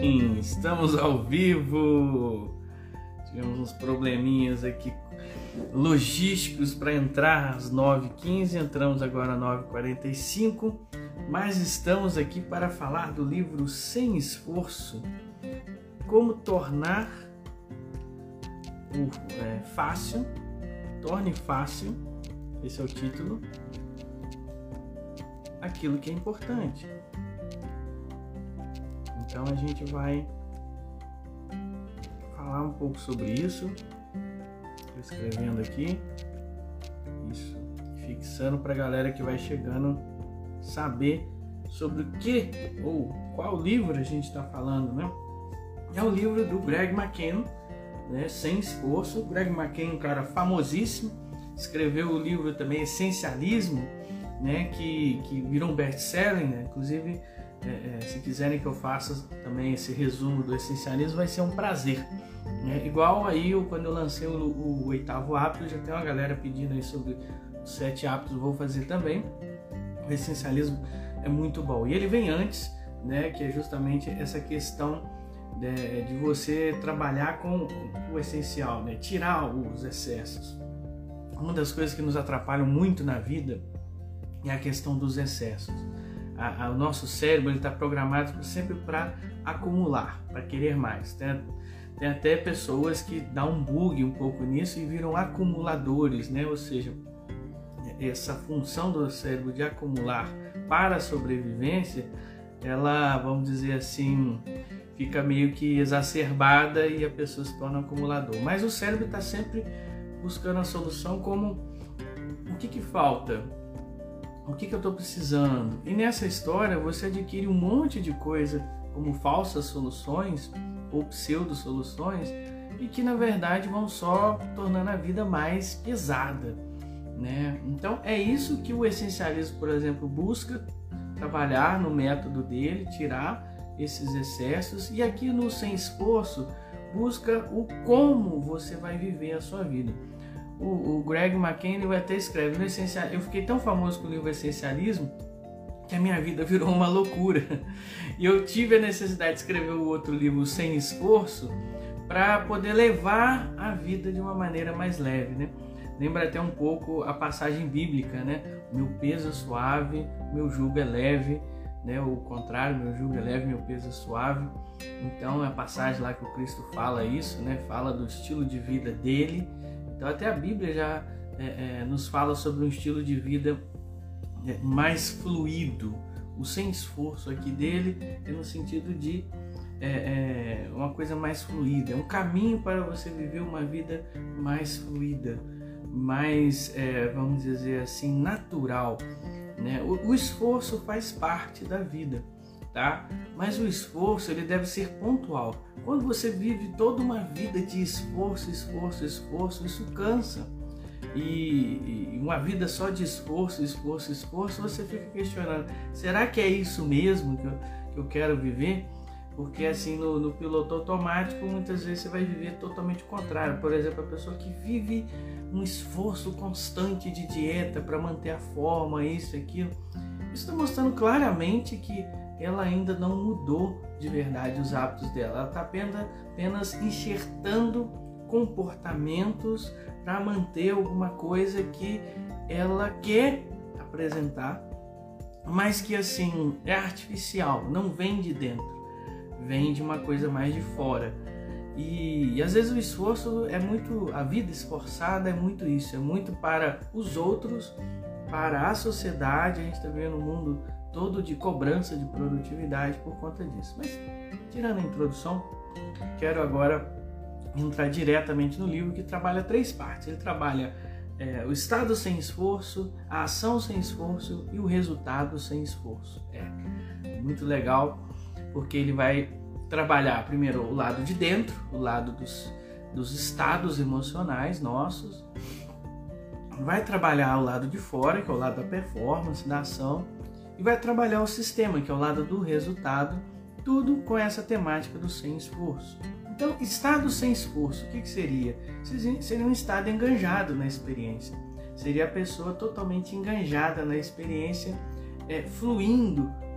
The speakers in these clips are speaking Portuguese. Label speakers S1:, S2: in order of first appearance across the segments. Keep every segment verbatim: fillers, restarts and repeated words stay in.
S1: Sim, estamos ao vivo. Tivemos uns probleminhas aqui logísticos para entrar às nove e quinze, entramos agora às nove e quarenta e cinco, mas estamos aqui para falar do livro Sem Esforço, como tornar o é, fácil, torne fácil, esse é o título, aquilo que é importante. Então a gente vai falar um pouco sobre isso. Estou escrevendo aqui, isso, fixando para a galera que vai chegando saber sobre o que ou qual livro a gente está falando, né? É o livro do Greg McKeown, né? Sem Esforço. Greg McKeown, um cara famosíssimo, escreveu o livro também Essencialismo, né? Que, que virou um best-seller, né? Inclusive, é, é, se quiserem que eu faça também esse resumo do essencialismo, vai ser um prazer. É, igual aí, eu, quando eu lancei o, o oitavo hábito, já tem uma galera pedindo aí sobre os sete hábitos, vou fazer também. O essencialismo é muito bom. E ele vem antes, né, que é justamente essa questão de, de você trabalhar com o essencial, né, tirar os excessos. Uma das coisas que nos atrapalham muito na vida é a questão dos excessos. A, a, o nosso cérebro está programado sempre para acumular, para querer mais. Tem, tem até pessoas que dão um bug um pouco nisso e viram acumuladores, né? Ou seja, essa função do cérebro de acumular para a sobrevivência, ela, vamos dizer assim, fica meio que exacerbada e a pessoa se torna um acumulador. Mas o cérebro está sempre buscando a solução como o que, que falta? O que, que eu estou precisando? E nessa história você adquire um monte de coisa como falsas soluções ou pseudo-soluções e que na verdade vão só tornando a vida mais pesada, né? Então é isso que o essencialismo, por exemplo, busca trabalhar no método dele, tirar esses excessos, e aqui no Sem Esforço busca o como você vai viver a sua vida. O, o Greg McKeown até escreve no essencial. Eu fiquei tão famoso com o livro Essencialismo que a minha vida virou uma loucura. E eu tive a necessidade de escrever o outro livro Sem Esforço para poder levar a vida de uma maneira mais leve, né? Lembra até um pouco a passagem bíblica, né? Meu peso é suave, meu jugo é leve, né? O contrário, meu jugo é leve, meu peso é suave. Então é a passagem lá que o Cristo fala isso, né? Fala do estilo de vida dele. Então até a Bíblia já é, é, nos fala sobre um estilo de vida é, mais fluido. O sem esforço aqui dele é no sentido de é, é, uma coisa mais fluida, é um caminho para você viver uma vida mais fluida, mais, é, vamos dizer assim, natural, né? O, o esforço faz parte da vida, tá? Mas o esforço ele deve ser pontual. Quando você vive toda uma vida de esforço, esforço, esforço, isso cansa. E, e uma vida só de esforço, esforço, esforço, você fica questionando, será que é isso mesmo que eu, que eu quero viver? Porque assim, no, no piloto automático, muitas vezes você vai viver totalmente o contrário. Por exemplo, a pessoa que vive um esforço constante de dieta para manter a forma, isso e aquilo, isso está mostrando claramente que ela ainda não mudou de verdade os hábitos dela. Ela está apenas, apenas enxertando comportamentos para manter alguma coisa que ela quer apresentar, mas que assim é artificial, não vem de dentro, vem de uma coisa mais de fora. E, e às vezes o esforço é muito, a vida esforçada é muito isso, é muito para os outros, para a sociedade. A gente está vivendo um mundo todo de cobrança de produtividade por conta disso. Mas, tirando a introdução, quero agora entrar diretamente no livro, que trabalha três partes. Ele trabalha é, o estado sem esforço, a ação sem esforço e o resultado sem esforço. É muito legal, porque ele vai trabalhar primeiro o lado de dentro, o lado dos, dos estados emocionais nossos, vai trabalhar o lado de fora, que é o lado da performance, da ação, e vai trabalhar o sistema, que é o lado do resultado, tudo com essa temática do sem esforço. Então, estado sem esforço, o que, que seria? Seria um estado enganjado na experiência. Seria a pessoa totalmente enganjada na experiência, é, fluindo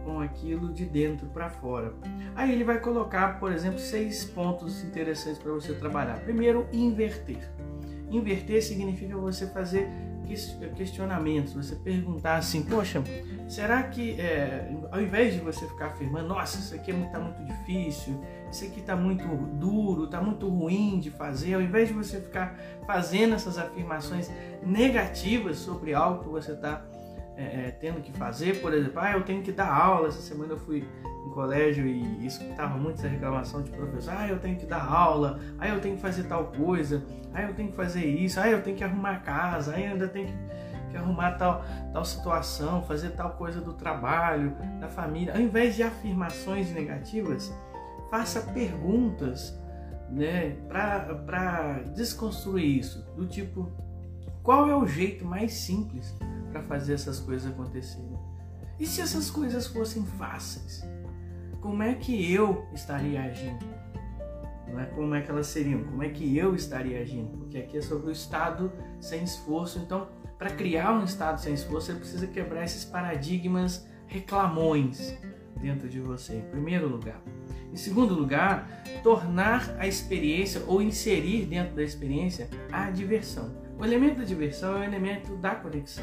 S1: com aquilo de dentro para fora. Aí ele vai colocar, por exemplo, seis pontos interessantes para você trabalhar. Primeiro, inverter. Inverter significa você fazer questionamentos, você perguntar assim, poxa, será que é, ao invés de você ficar afirmando, nossa, isso aqui está muito difícil, isso aqui está muito duro, está muito ruim de fazer, ao invés de você ficar fazendo essas afirmações negativas sobre algo que você está é, é, tendo que fazer, por exemplo, ah, eu tenho que dar aula, essa semana eu fui em colégio e escutava muito essa reclamação de professor, ah, eu tenho que dar aula, ah, eu tenho que fazer tal coisa, ah, eu tenho que fazer isso, ah, eu tenho que arrumar a casa, ah, eu ainda tenho que, que arrumar tal, tal situação, fazer tal coisa do trabalho, da família. Ao invés de afirmações negativas, faça perguntas, né, para desconstruir isso, do tipo, qual é o jeito mais simples para fazer essas coisas acontecerem? E se essas coisas fossem fáceis? Como é que eu estaria agindo? Não é como é que elas seriam, como é que eu estaria agindo? Porque aqui é sobre o estado sem esforço. Então, para criar um estado sem esforço, você precisa quebrar esses paradigmas reclamões dentro de você, em primeiro lugar. Em segundo lugar, tornar a experiência ou inserir dentro da experiência a diversão. O elemento da diversão é o elemento da conexão.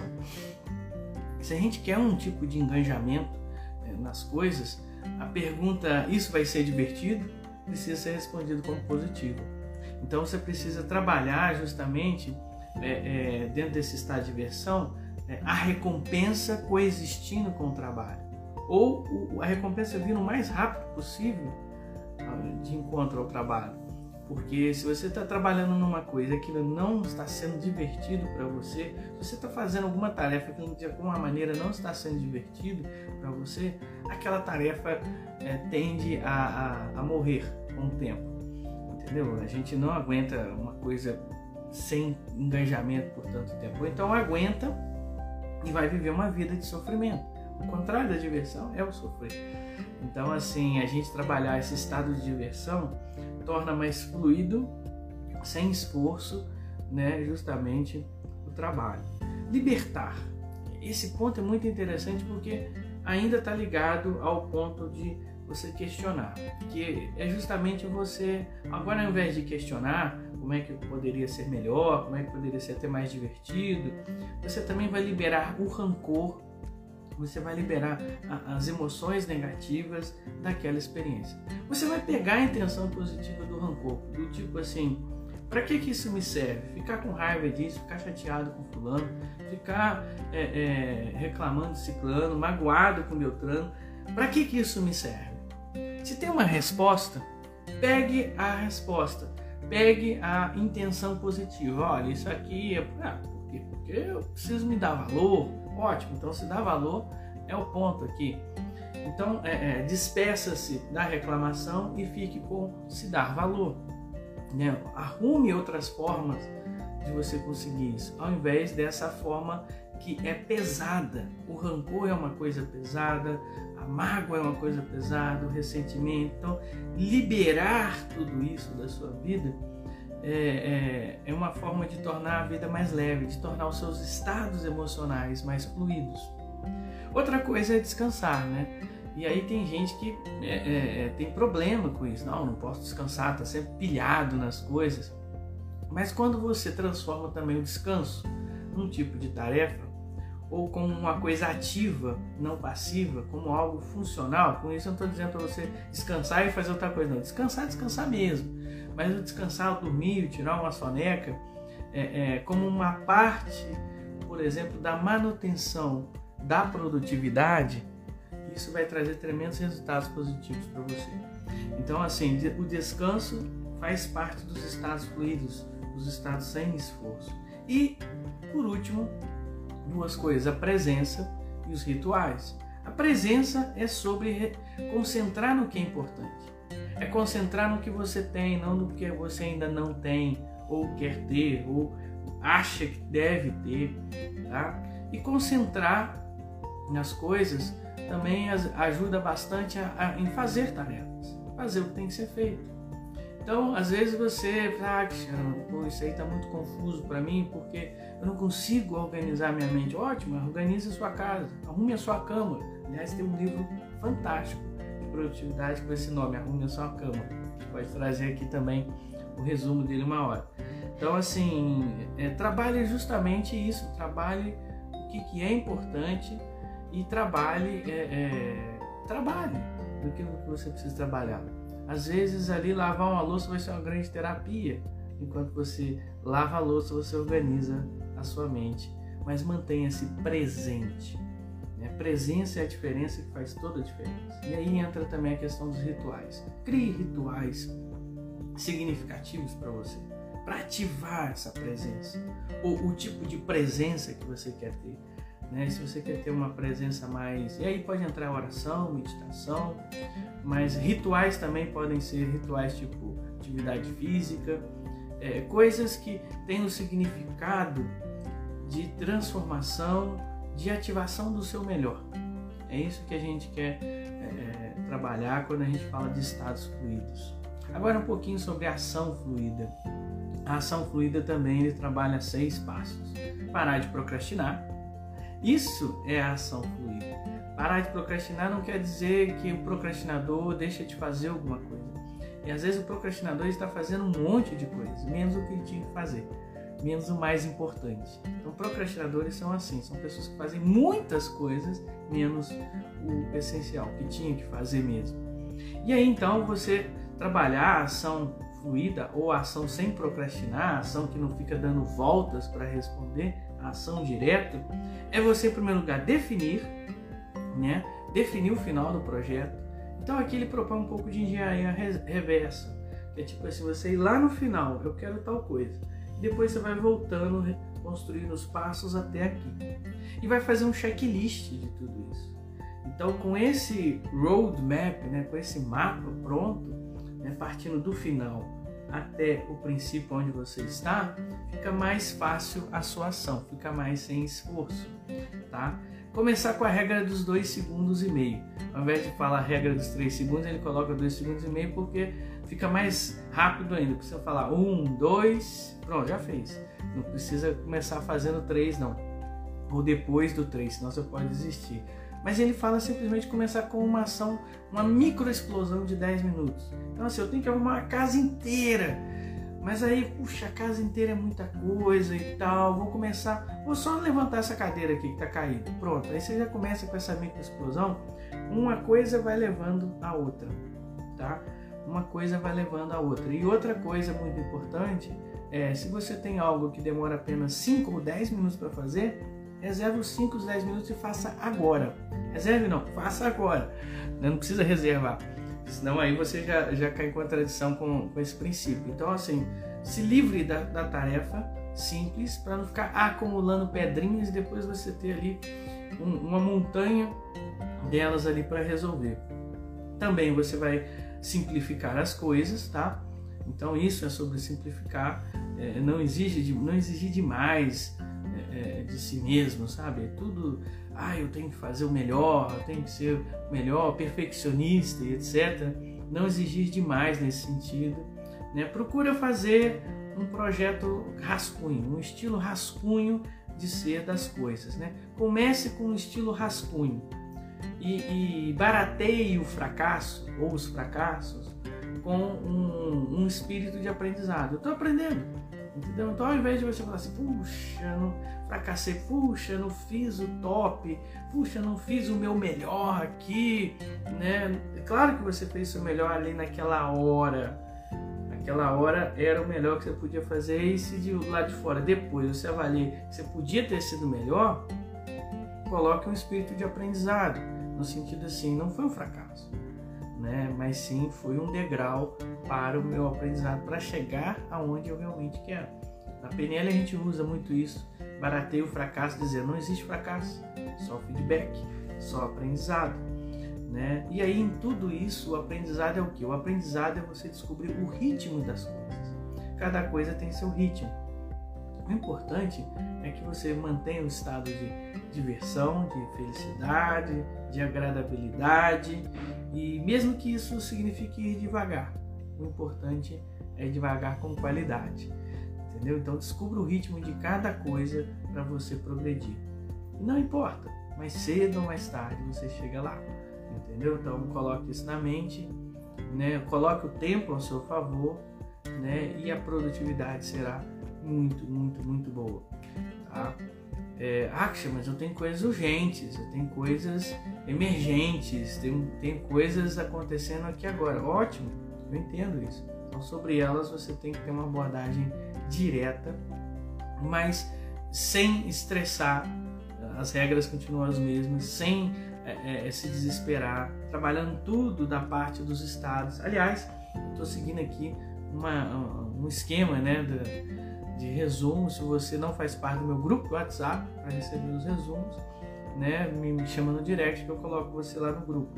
S1: Se a gente quer um tipo de engajamento nas coisas, a pergunta, isso vai ser divertido? Precisa ser respondido como positivo. Então você precisa trabalhar justamente é, é, dentro desse estado de diversão, é, a recompensa coexistindo com o trabalho. Ou o, a recompensa vindo o mais rápido possível de encontro ao trabalho. Porque se você está trabalhando numa coisa e aquilo não está sendo divertido para você, se você está fazendo alguma tarefa que de alguma maneira não está sendo divertido para você, aquela tarefa é, tende a, a, a morrer com o tempo. Entendeu? A gente não aguenta uma coisa sem engajamento por tanto tempo. Ou então aguenta e vai viver uma vida de sofrimento. O contrário da diversão é o sofrer. Então, assim, a gente trabalhar esse estado de diversão torna mais fluido, sem esforço, né, justamente o trabalho. Libertar. Esse ponto é muito interessante porque ainda está ligado ao ponto de você questionar, que é justamente você, agora ao invés de questionar como é que poderia ser melhor, como é que poderia ser até mais divertido, você também vai liberar o rancor, você vai liberar a, as emoções negativas daquela experiência. Você vai pegar a intenção positiva do rancor, do tipo assim, para que que isso me serve? Ficar com raiva disso, ficar chateado com fulano, ficar é, é, reclamando de ciclano, magoado com beltrano, para que que isso me serve? Se tem uma resposta, pegue a resposta, pegue a intenção positiva. Olha, isso aqui é ah, por quê? Porque eu preciso me dar valor. Ótimo, então se dá valor é o ponto aqui. Então é, é, despeça-se da reclamação e fique com se dar valor, né? Arrume outras formas de você conseguir isso, ao invés dessa forma que é pesada. O rancor é uma coisa pesada, a mágoa é uma coisa pesada, o ressentimento. Então liberar tudo isso da sua vida É, é, é uma forma de tornar a vida mais leve, de tornar os seus estados emocionais mais fluidos. Outra coisa é descansar, né? E aí tem gente que é, é, tem problema com isso. Não, não posso descansar, tá sempre pilhado nas coisas. Mas quando você transforma também o descanso num tipo de tarefa, ou como uma coisa ativa, não passiva, como algo funcional, com isso eu não estou dizendo para você descansar e fazer outra coisa, não. Descansar, descansar mesmo. Mas o descansar, o dormir, o tirar uma soneca, é, é, como uma parte, por exemplo, da manutenção da produtividade, isso vai trazer tremendos resultados positivos para você. Então, assim, o descanso faz parte dos estados fluidos, dos estados sem esforço. E, por último, duas coisas, a presença e os rituais. A presença é sobre concentrar no que é importante. É concentrar no que você tem, não no que você ainda não tem, ou quer ter, ou acha que deve ter, tá? E concentrar nas coisas também ajuda bastante a, a, em fazer tarefas, fazer o que tem que ser feito. Então, às vezes você fala, ah, Cristiano, pô, isso aí está muito confuso para mim, porque eu não consigo organizar minha mente. Ótimo, organize a sua casa, arrume a sua cama. Aliás, tem um livro fantástico de produtividade com esse nome, Arrume a Sua Cama. A gente pode trazer aqui também o resumo dele uma hora. Então, assim, é, trabalhe justamente isso, trabalhe o que, que é importante e trabalhe, é, é, trabalhe no que você precisa trabalhar. Às vezes ali lavar uma louça vai ser uma grande terapia. Enquanto você lava a louça, você organiza a sua mente. Mas mantenha-se presente. Né? Presença é a diferença que faz toda a diferença. E aí entra também a questão dos rituais. Crie rituais significativos para você, para ativar essa presença. Ou o tipo de presença que você quer ter. Né? Se você quer ter uma presença mais... E aí pode entrar oração, meditação, mas rituais também podem ser rituais tipo atividade física, é, coisas que têm um significado de transformação, de ativação do seu melhor. É isso que a gente quer é, trabalhar quando a gente fala de estados fluidos. Agora um pouquinho sobre a ação fluida. A ação fluida também ele trabalha seis passos. Parar de procrastinar. Isso é a ação fluida. Parar de procrastinar não quer dizer que o procrastinador deixa de fazer alguma coisa. E às vezes o procrastinador está fazendo um monte de coisas, menos o que ele tinha que fazer, menos o mais importante. Então procrastinadores são assim, são pessoas que fazem muitas coisas, menos o essencial, que tinha que fazer mesmo. E aí então você trabalhar a ação fluida ou a ação sem procrastinar, a ação que não fica dando voltas para responder, a ação direta, é você em primeiro lugar definir, né? Definir o final do projeto. Então aqui ele propõe um pouco de engenharia reversa, que é tipo assim, você ir lá no final, eu quero tal coisa, e depois você vai voltando, construindo os passos até aqui, e vai fazer um checklist de tudo isso. Então com esse roadmap, né, com esse mapa pronto, né, partindo do final até o princípio onde você está, fica mais fácil a sua ação, fica mais sem esforço, tá? Começar com a regra dos dois segundos e meio. Ao invés de falar a regra dos três segundos, ele coloca dois segundos e meio porque fica mais rápido ainda. Precisa falar um, dois, pronto, já fez. Não precisa começar fazendo três, não. Ou depois do três, senão você pode desistir. Mas ele fala simplesmente começar com uma ação, uma micro explosão de dez minutos. Então assim, eu tenho que arrumar a casa inteira. Mas aí, puxa, a casa inteira é muita coisa e tal, vou começar, vou só levantar essa cadeira aqui que tá caída. Pronto, aí você já começa com essa micro explosão, uma coisa vai levando a outra, tá? Uma coisa vai levando a outra. E outra coisa muito importante é, se você tem algo que demora apenas cinco ou dez minutos para fazer, reserve os cinco ou dez minutos e faça agora. Reserve não, faça agora. Não precisa reservar. Senão aí você já, já cai em contradição com, com esse princípio. Então assim, se livre da, da tarefa simples para não ficar acumulando pedrinhas e depois você ter ali um, uma montanha delas ali para resolver. Também você vai simplificar as coisas, tá? Então isso é sobre simplificar, é, não, exige, não exigir demais é, de si mesmo, sabe? É tudo... ah, eu tenho que fazer o melhor, eu tenho que ser o melhor, perfeccionista e etcétera. Não exigir demais nesse sentido, né? Procura fazer um projeto rascunho, um estilo rascunho de ser das coisas, né? Comece com um estilo rascunho e, e barateie o fracasso ou os fracassos com um, um espírito de aprendizado. Eu estou aprendendo, entendeu? Então ao invés de você falar assim, puxa, não fracassei, puxa, não fiz o top, puxa, não fiz o meu melhor aqui, né? Claro que você fez o seu melhor ali naquela hora, aquela hora era o melhor que você podia fazer, e se de lá de fora depois você avalia que você podia ter sido melhor, coloque um espírito de aprendizado, no sentido assim, não foi um fracasso, né? Mas sim foi um degrau para o meu aprendizado, para chegar aonde eu realmente quero. Na P N L a gente usa muito isso, barateia o fracasso, dizer não existe fracasso, só feedback, só aprendizado, né? E aí em tudo isso o aprendizado é o que? O aprendizado é você descobrir o ritmo das coisas. Cada coisa tem seu ritmo. O importante é que você mantenha o estado de diversão, de felicidade, de agradabilidade, e mesmo que isso signifique ir devagar, o importante é devagar com qualidade, entendeu? Então descubra o ritmo de cada coisa para você progredir. E não importa, mais cedo ou mais tarde você chega lá, entendeu? Então coloque isso na mente, né? Coloque o tempo ao seu favor, né? E a produtividade será muito, muito, muito boa, tá? É, Aksha, mas eu tenho coisas urgentes, eu tenho coisas emergentes, tem, tem coisas acontecendo aqui agora. Ótimo, eu entendo isso. Então, sobre elas você tem que ter uma abordagem direta, mas sem estressar. As regras continuam as mesmas, sem é, é, se desesperar, trabalhando tudo da parte dos estados. Aliás, estou seguindo aqui uma, um esquema, né, de, de resumo. Se você não faz parte do meu grupo do WhatsApp para receber os resumos, né, me, me chama no direct que eu coloco você lá no grupo.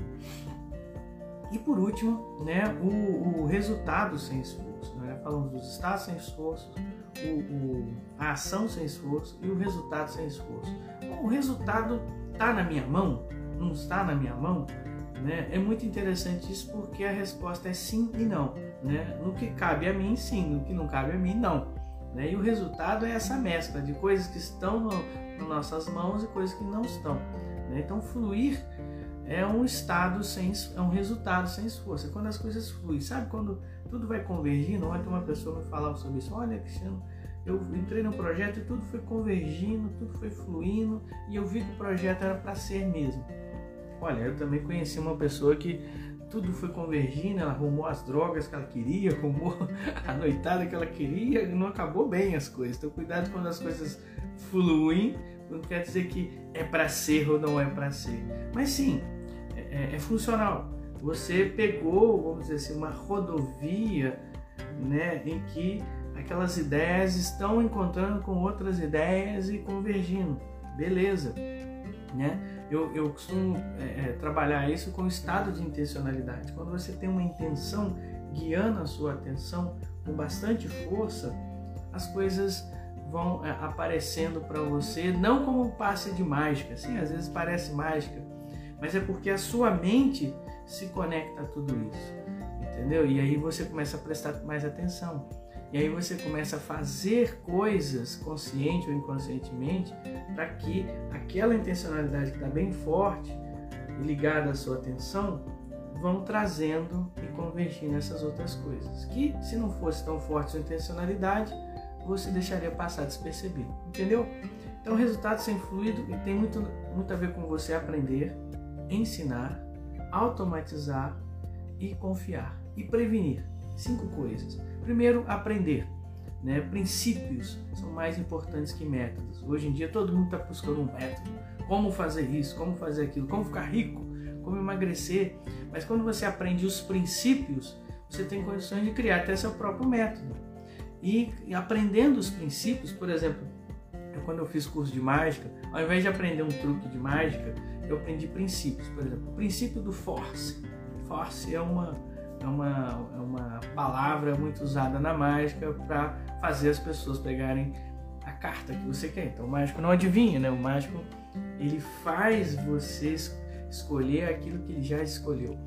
S1: E por último, né, o, o resultado sem esforço. Né? Falamos dos estados sem esforço, o, o, a ação sem esforço e o resultado sem esforço. Bom, o resultado está na minha mão? Não está na minha mão? Né? É muito interessante isso porque a resposta é sim e não. Né? No que cabe a mim, sim. No que não cabe a mim, não. Né? E o resultado é essa mescla de coisas que estão no, nas nossas mãos e coisas que não estão. Né? Então, fluir é um estado sem, é um resultado sem esforço. É quando as coisas fluem. Sabe quando tudo vai convergindo? Ontem uma pessoa me falava sobre isso. Olha, Cristiano, eu entrei no projeto e tudo foi convergindo, tudo foi fluindo e eu vi que o projeto era para ser mesmo. Olha, eu também conheci uma pessoa que tudo foi convergindo, ela arrumou as drogas que ela queria, arrumou a noitada que ela queria e não acabou bem as coisas. Então cuidado quando as coisas fluem, não quer dizer que é para ser ou não é para ser. Mas sim, é, é funcional. Você pegou, vamos dizer assim, uma rodovia, né, em que aquelas ideias estão encontrando com outras ideias e convergindo. Beleza, né? Eu, eu costumo é, trabalhar isso com o estado de intencionalidade. Quando você tem uma intenção guiando a sua atenção com bastante força, as coisas vão é, aparecendo para você, não como um passe de mágica. Sim, às vezes parece mágica, mas é porque a sua mente se conecta a tudo isso, entendeu? E aí você começa a prestar mais atenção. E aí você começa a fazer coisas consciente ou inconscientemente para que aquela intencionalidade que está bem forte e ligada à sua atenção vão trazendo e convergindo essas outras coisas. Que se não fosse tão forte a sua intencionalidade, você deixaria passar despercebido, entendeu? Então o resultado sem fluido tem muito, muito a ver com você aprender, ensinar, automatizar e confiar e prevenir. Cinco coisas. Primeiro, aprender. Né? Princípios são mais importantes que métodos. Hoje em dia todo mundo está buscando um método. Como fazer isso, como fazer aquilo, como ficar rico, como emagrecer. Mas quando você aprende os princípios, você tem condições de criar até seu próprio método. E, e aprendendo os princípios, por exemplo, eu, quando eu fiz curso de mágica, ao invés de aprender um truque de mágica, eu aprendi princípios. Por exemplo, o princípio do force. Force é uma... É uma, é uma palavra muito usada na mágica para fazer as pessoas pegarem a carta que você quer. Então o mágico não adivinha, né? O mágico ele faz você escolher aquilo que ele já escolheu.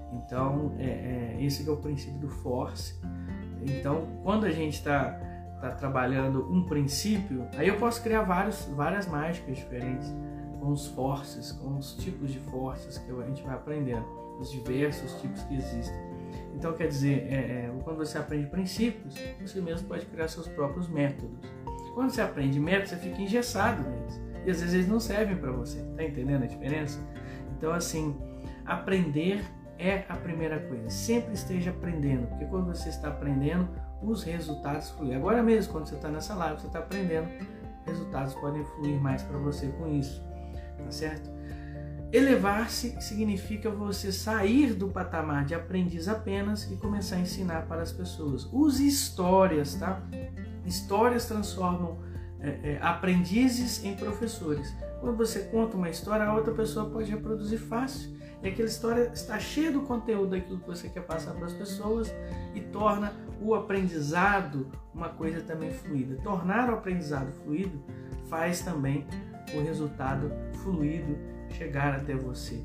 S1: Então é, é, esse que é o princípio do force. Então quando a gente está tá trabalhando um princípio, aí eu posso criar vários, várias mágicas diferentes com os forces, com os tipos de forças que a gente vai aprendendo, os diversos tipos que existem. Então, quer dizer, é, é, quando você aprende princípios, você mesmo pode criar seus próprios métodos. Quando você aprende métodos, você fica engessado neles. E às vezes eles não servem para você. Tá entendendo a diferença? Então, assim, aprender é a primeira coisa. Sempre esteja aprendendo, porque quando você está aprendendo, os resultados fluem. Agora mesmo, quando você está nessa live, você está aprendendo, resultados podem fluir mais para você com isso. Tá certo? Elevar-se significa você sair do patamar de aprendiz apenas e começar a ensinar para as pessoas. Use histórias, tá? Histórias transformam é, é, aprendizes em professores. Quando você conta uma história, a outra pessoa pode reproduzir fácil. E aquela história está cheia do conteúdo daquilo que você quer passar para as pessoas e torna o aprendizado uma coisa também fluida. Tornar o aprendizado fluido faz também o resultado fluido chegar até você.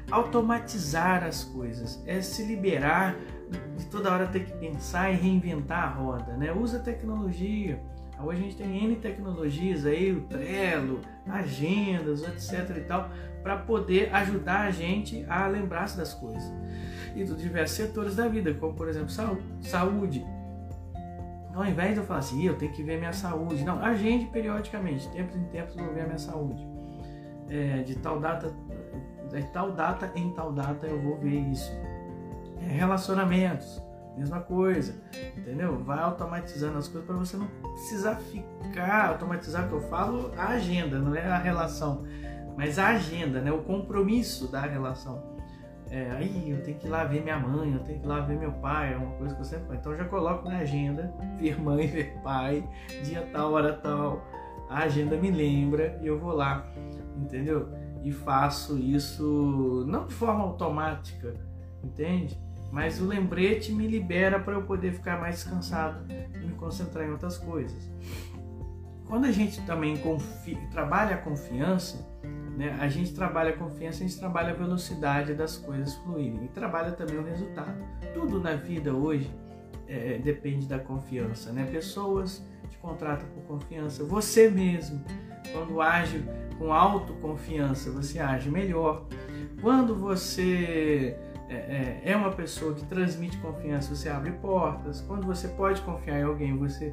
S1: automatizar as coisas, é se liberar de toda hora ter que pensar e reinventar a roda, né? Usa tecnologia. Hoje a gente tem N tecnologias aí, o Trello, agendas, etc e tal, para poder ajudar a gente a lembrar-se das coisas. E dos diversos setores da vida, como por exemplo saúde. Então, ao invés de eu falar assim, eu tenho que ver minha saúde, não, agende periodicamente, tempos em tempos eu vou ver a minha saúde. É, de tal data, de tal data em tal data eu vou ver isso. É, relacionamentos, mesma coisa, entendeu? Vai automatizando as coisas para você não precisar ficar, automatizar o que eu falo, a agenda, não é a relação, mas a agenda, né? O compromisso da relação. É, aí eu tenho que ir lá ver minha mãe, eu tenho que ir lá ver meu pai, é uma coisa que eu sempre faço. Então eu já coloco na agenda, ver mãe, ver pai, dia tal, hora tal, a agenda me lembra e eu vou lá, entendeu? E faço isso não de forma automática, entende? Mas o lembrete me libera para eu poder ficar mais descansado e me concentrar em outras coisas. Quando a gente também confia, trabalha a confiança, né, a gente trabalha a confiança, a gente trabalha a velocidade das coisas fluírem e trabalha também o resultado. Tudo na vida hoje é, depende da confiança, né? Pessoas te contratam por confiança, você mesmo, quando age com autoconfiança, você age melhor. Quando você é, é uma pessoa que transmite confiança, você abre portas. Quando você pode confiar em alguém, você,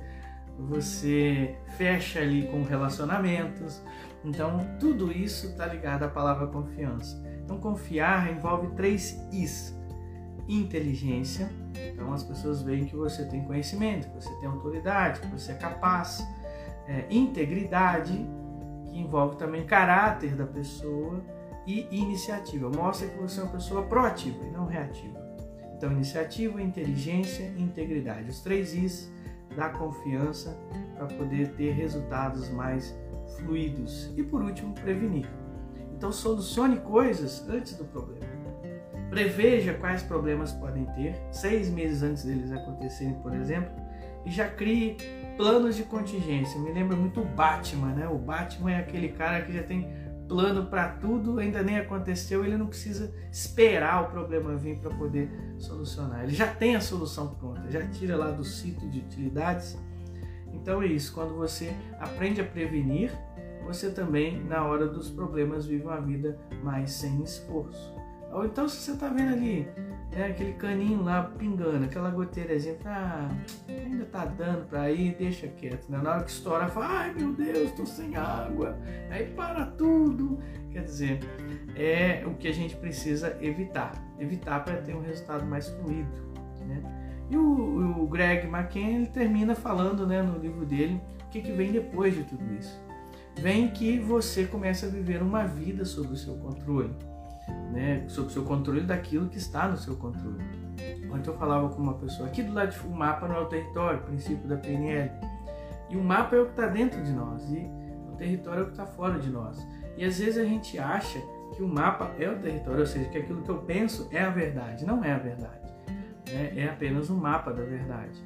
S1: você fecha ali com relacionamentos. Então, tudo isso está ligado à palavra confiança. Então, confiar envolve três Is. Inteligência. Então, as pessoas veem que você tem conhecimento, que você tem autoridade, que você é capaz. É, integridade, que envolve também caráter da pessoa. E iniciativa. Mostra que você é uma pessoa proativa e não reativa. Então, iniciativa, inteligência e integridade. Os três Is da confiança para poder ter resultados mais fluidos. E por último, prevenir. Então solucione coisas antes do problema. Preveja quais problemas podem ter, seis meses antes deles acontecerem, por exemplo, e já crie planos de contingência. Me lembra muito o Batman, né? O Batman é aquele cara que já tem plano para tudo, ainda nem aconteceu, ele não precisa esperar o problema vir para poder solucionar. Ele já tem a solução pronta, já tira lá do sítio de utilidades. Então é isso, quando você aprende a prevenir, você também, na hora dos problemas, vive uma vida mais sem esforço. Ou então, se você está vendo ali, né, aquele caninho lá pingando, aquela goteirazinha, ah, ainda está dando para ir, deixa quieto. Né? Na hora que estoura, fala, ai meu Deus, estou sem água, aí para tudo. Quer dizer, é o que a gente precisa evitar, evitar para ter um resultado mais fluido. Né? E o, o Greg McKeown, ele termina falando, né, no livro dele, o que, que vem depois de tudo isso. Vem que você começa a viver uma vida sob o seu controle, né, sob o seu controle daquilo que está no seu controle. Ontem eu falava com uma pessoa, aqui do lado de o mapa não é o território, o princípio da P N L. E o mapa é o que está dentro de nós, e o território é o que está fora de nós. E às vezes a gente acha que o mapa é o território, ou seja, que aquilo que eu penso é a verdade. Não é a verdade, né? É apenas um mapa da verdade.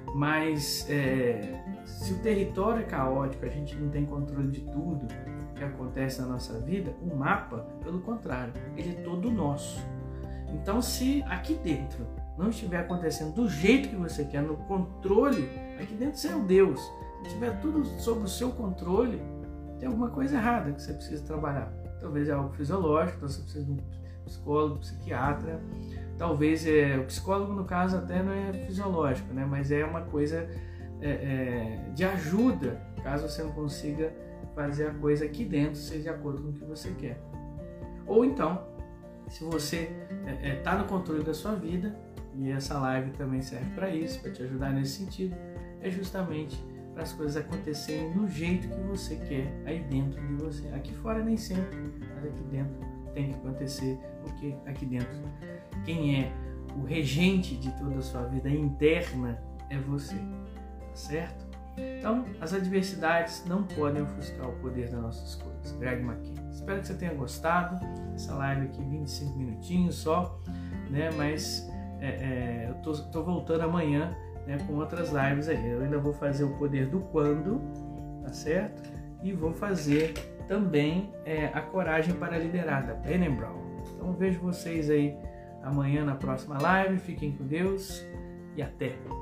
S1: Mas é, se o território é caótico, a gente não tem controle de tudo que acontece na nossa vida, o mapa, pelo contrário, ele é todo nosso. Então, se aqui dentro não estiver acontecendo do jeito que você quer, no controle, aqui dentro você é o Deus, se tiver tudo sob o seu controle, tem alguma coisa errada que você precisa trabalhar. Talvez é algo fisiológico, então você precisa de um psicólogo, psiquiatra. Talvez é, o psicólogo, no caso, até não é fisiológico, né? Mas é uma coisa é, é, de ajuda, caso você não consiga fazer a coisa aqui dentro, seja de acordo com o que você quer. Ou então, se você está é, é, tá no controle da sua vida, e essa live também serve para isso, para te ajudar nesse sentido, é justamente para as coisas acontecerem do jeito que você quer aí dentro de você. Aqui fora nem sempre, mas aqui dentro tem que acontecer, porque aqui dentro quem é o regente de toda a sua vida interna é você, tá certo? Então, as adversidades não podem ofuscar o poder das nossas escolhas. Greg McKeown. Espero que você tenha gostado. Essa live aqui, vinte e cinco minutinhos só, né? Mas é, é, eu tô, tô voltando amanhã, né, com outras lives aí. Eu ainda vou fazer o poder do quando, tá certo? E vou fazer também é, a coragem para liderar, da Brené Brown. Então vejo vocês aí amanhã na próxima live. Fiquem com Deus e até!